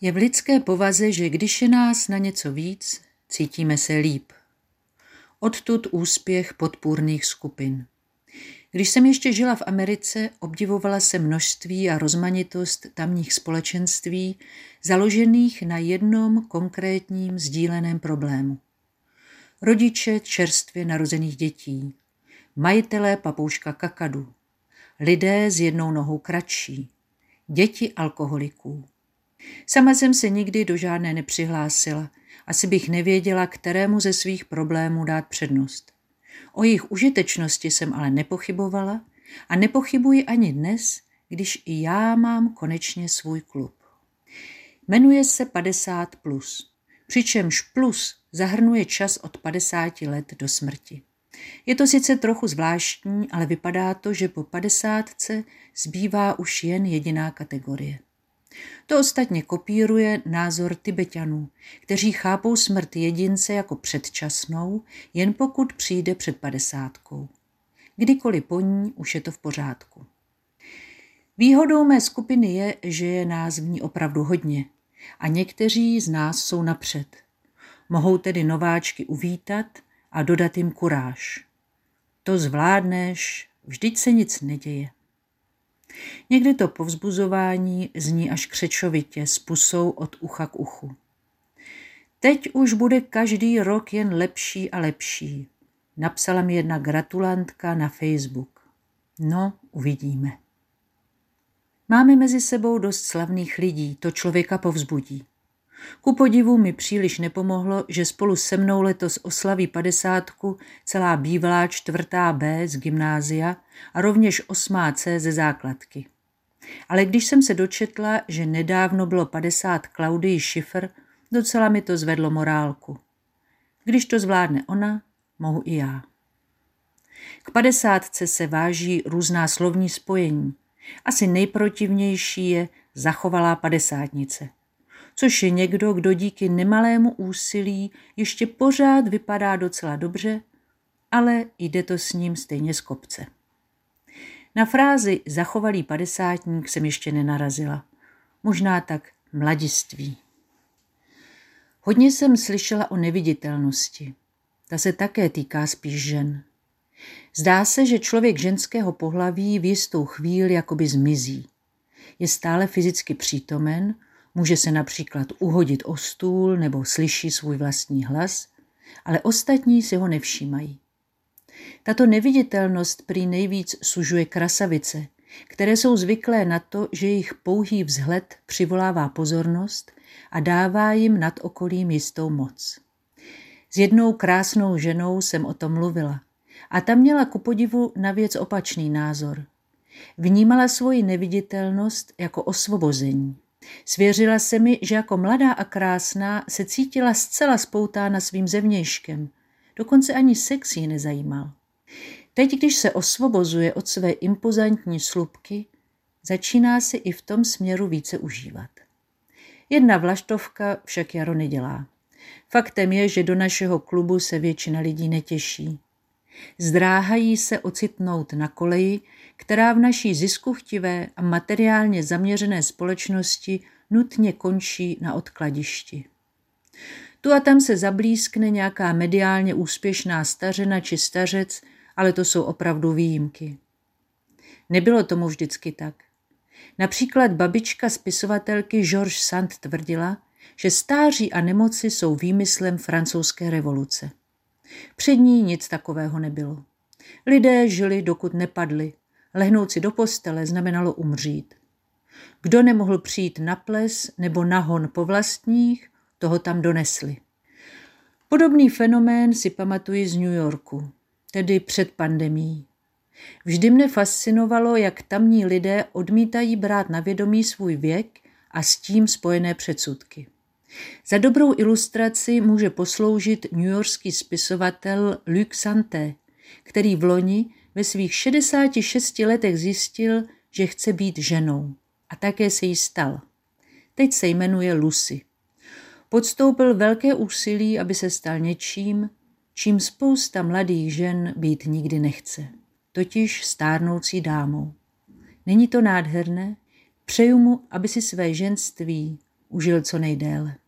Je v lidské povaze, že když je nás na něco víc, cítíme se líp. Odtud úspěch podpůrných skupin. Když jsem ještě žila v Americe, obdivovala jsem množství a rozmanitost tamních společenství, založených na jednom konkrétním sdíleném problému. Rodiče čerstvě narozených dětí, majitelé papouška kakadu, lidé s jednou nohou kratší, děti alkoholiků. Sama jsem se nikdy do žádné nepřihlásila, asi bych nevěděla, kterému ze svých problémů dát přednost. O jejich užitečnosti jsem ale nepochybovala a nepochybuji ani dnes, když i já mám konečně svůj klub. Jmenuje se 50+, přičemž plus zahrnuje čas od 50 let do smrti. Je to sice trochu zvláštní, ale vypadá to, že po 50 zbývá už jen jediná kategorie. To ostatně kopíruje názor Tibeťanů, kteří chápou smrt jedince jako předčasnou, jen pokud přijde před 50. Kdykoliv po ní už je to v pořádku. Výhodou mé skupiny je, že je nás v ní opravdu hodně a někteří z nás jsou napřed. Mohou tedy nováčky uvítat a dodat jim kuráž. To zvládneš, vždyť se nic neděje. Někdy to povzbuzování zní až křečovitě s pusou od ucha k uchu. Teď už bude každý rok jen lepší a lepší, napsala mi jedna gratulantka na Facebook. No, uvidíme. Máme mezi sebou dost slavných lidí, to člověka povzbudí. Ku podivu mi příliš nepomohlo, že spolu se mnou letos oslaví 50 celá bývalá 4. B z gymnázia a rovněž 8. C ze základky. Ale když jsem se dočetla, že nedávno bylo 50 Klaudii Schiffer, docela mi to zvedlo morálku. Když to zvládne ona, mohu i já. K 50 se váží různá slovní spojení. Asi nejprotivnější je zachovalá padesátnice, což je někdo, kdo díky nemalému úsilí ještě pořád vypadá docela dobře, ale jde to s ním stejně z kopce. Na frázi zachovalý padesátník jsem ještě nenarazila. Možná tak mladiství. Hodně jsem slyšela o neviditelnosti. Ta se také týká spíš žen. Zdá se, že člověk ženského pohlaví v jistou chvíli jakoby zmizí. Je stále fyzicky přítomen, může se například uhodit o stůl nebo slyší svůj vlastní hlas, ale ostatní si ho nevšímají. Tato neviditelnost prý nejvíc sužuje krasavice, které jsou zvyklé na to, že jejich pouhý vzhled přivolává pozornost a dává jim nad okolím jistou moc. S jednou krásnou ženou jsem o tom mluvila a ta měla ku podivu na věc opačný názor. Vnímala svoji neviditelnost jako osvobození. Svěřila se mi, že jako mladá a krásná se cítila zcela spoutána svým zevnějškem, dokonce ani sex ji nezajímal. Teď, když se osvobozuje od své impozantní slupky, začíná si i v tom směru více užívat. Jedna vlaštovka však jaro nedělá. Faktem je, že do našeho klubu se většina lidí netěší. Zdráhají se ocitnout na koleji, která v naší ziskuchtivé a materiálně zaměřené společnosti nutně končí na odkladišti. Tu a tam se zablískne nějaká mediálně úspěšná stařena či stařec, ale to jsou opravdu výjimky. Nebylo tomu vždycky tak. Například babička spisovatelky Georges Sand tvrdila, že stáří a nemoci jsou výmyslem francouzské revoluce. Před ní nic takového nebylo. Lidé žili, dokud nepadli. Lehnout si do postele znamenalo umřít. Kdo nemohl přijít na ples nebo na hon po vlastních, toho tam donesli. Podobný fenomén si pamatuji z New Yorku, tedy před pandemií. Vždy mne fascinovalo, jak tamní lidé odmítají brát na vědomí svůj věk a s tím spojené předsudky. Za dobrou ilustraci může posloužit newyorský spisovatel Luc Santé, který vloni ve svých 66 letech zjistil, že chce být ženou. A také se jí stal. Teď se jmenuje Lucy. Podstoupil velké úsilí, aby se stal něčím, čím spousta mladých žen být nikdy nechce. Totiž stárnoucí dámou. Není to nádherné? Přeju mu, aby si své ženství užil co nejdéle.